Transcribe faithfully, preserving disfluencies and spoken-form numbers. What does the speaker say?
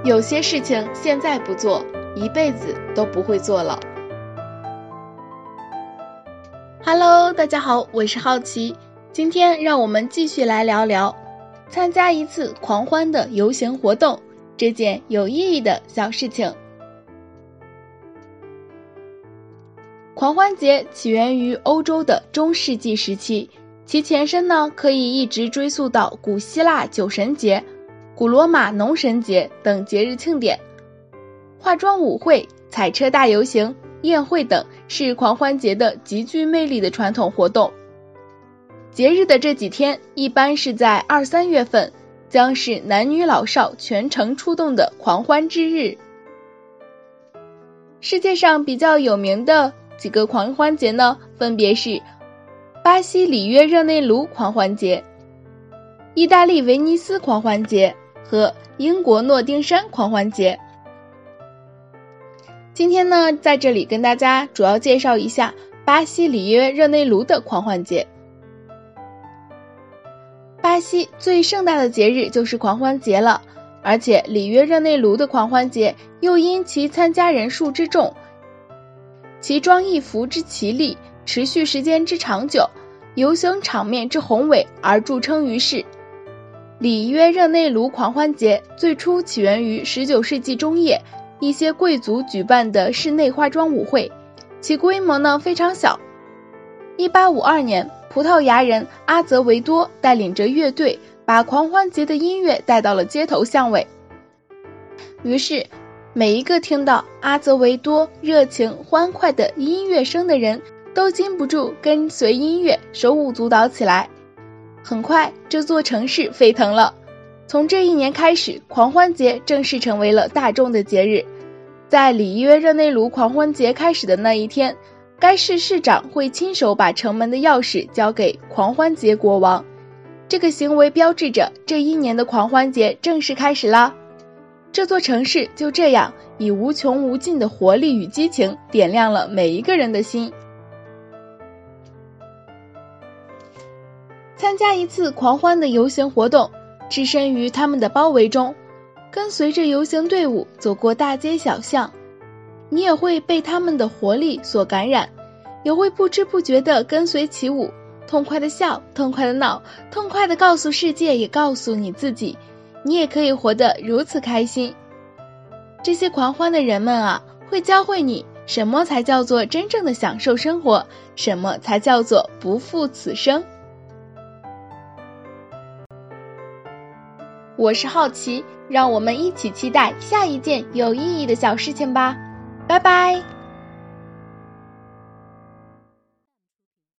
有些事情现在不做，一辈子都不会做了。Hello， 大家好，我是好奇。今天让我们继续来聊聊参加一次狂欢的游行活动这件有意义的小事情。狂欢节起源于欧洲的中世纪时期，其前身呢可以一直追溯到古希腊酒神节、古罗马农神节等节日庆典。化妆舞会、彩车大游行、宴会等是狂欢节的极具魅力的传统活动。节日的这几天一般是在二三月份，将是男女老少全城出动的狂欢之日。世界上比较有名的几个狂欢节呢，分别是巴西里约热内卢狂欢节、意大利威尼斯狂欢节和英国诺丁山狂欢节。今天呢，在这里跟大家主要介绍一下巴西里约热内卢的狂欢节。巴西最盛大的节日就是狂欢节了，而且里约热内卢的狂欢节又因其参加人数之众、其装艺服之奇丽、持续时间之长久、游行场面之宏伟而著称于世。里约热内卢狂欢节最初起源于十九世纪中叶一些贵族举办的室内化妆舞会，其规模呢非常小。一八五二年，葡萄牙人阿泽维多带领着乐队把狂欢节的音乐带到了街头巷尾，于是每一个听到阿泽维多热情欢快的音乐声的人都禁不住跟随音乐手舞足蹈起来。很快这座城市沸腾了，从这一年开始，狂欢节正式成为了大众的节日。在里约热内卢狂欢节开始的那一天，该市市长会亲手把城门的钥匙交给狂欢节国王，这个行为标志着这一年的狂欢节正式开始啦。这座城市就这样以无穷无尽的活力与激情点亮了每一个人的心。参加一次狂欢的游行活动，置身于他们的包围中，跟随着游行队伍走过大街小巷，你也会被他们的活力所感染，也会不知不觉地跟随起舞，痛快地笑，痛快地闹，痛快地告诉世界，也告诉你自己，你也可以活得如此开心。这些狂欢的人们啊，会教会你什么才叫做真正的享受生活，什么才叫做不负此生。我是好奇，让我们一起期待下一件有意义的小事情吧。拜拜。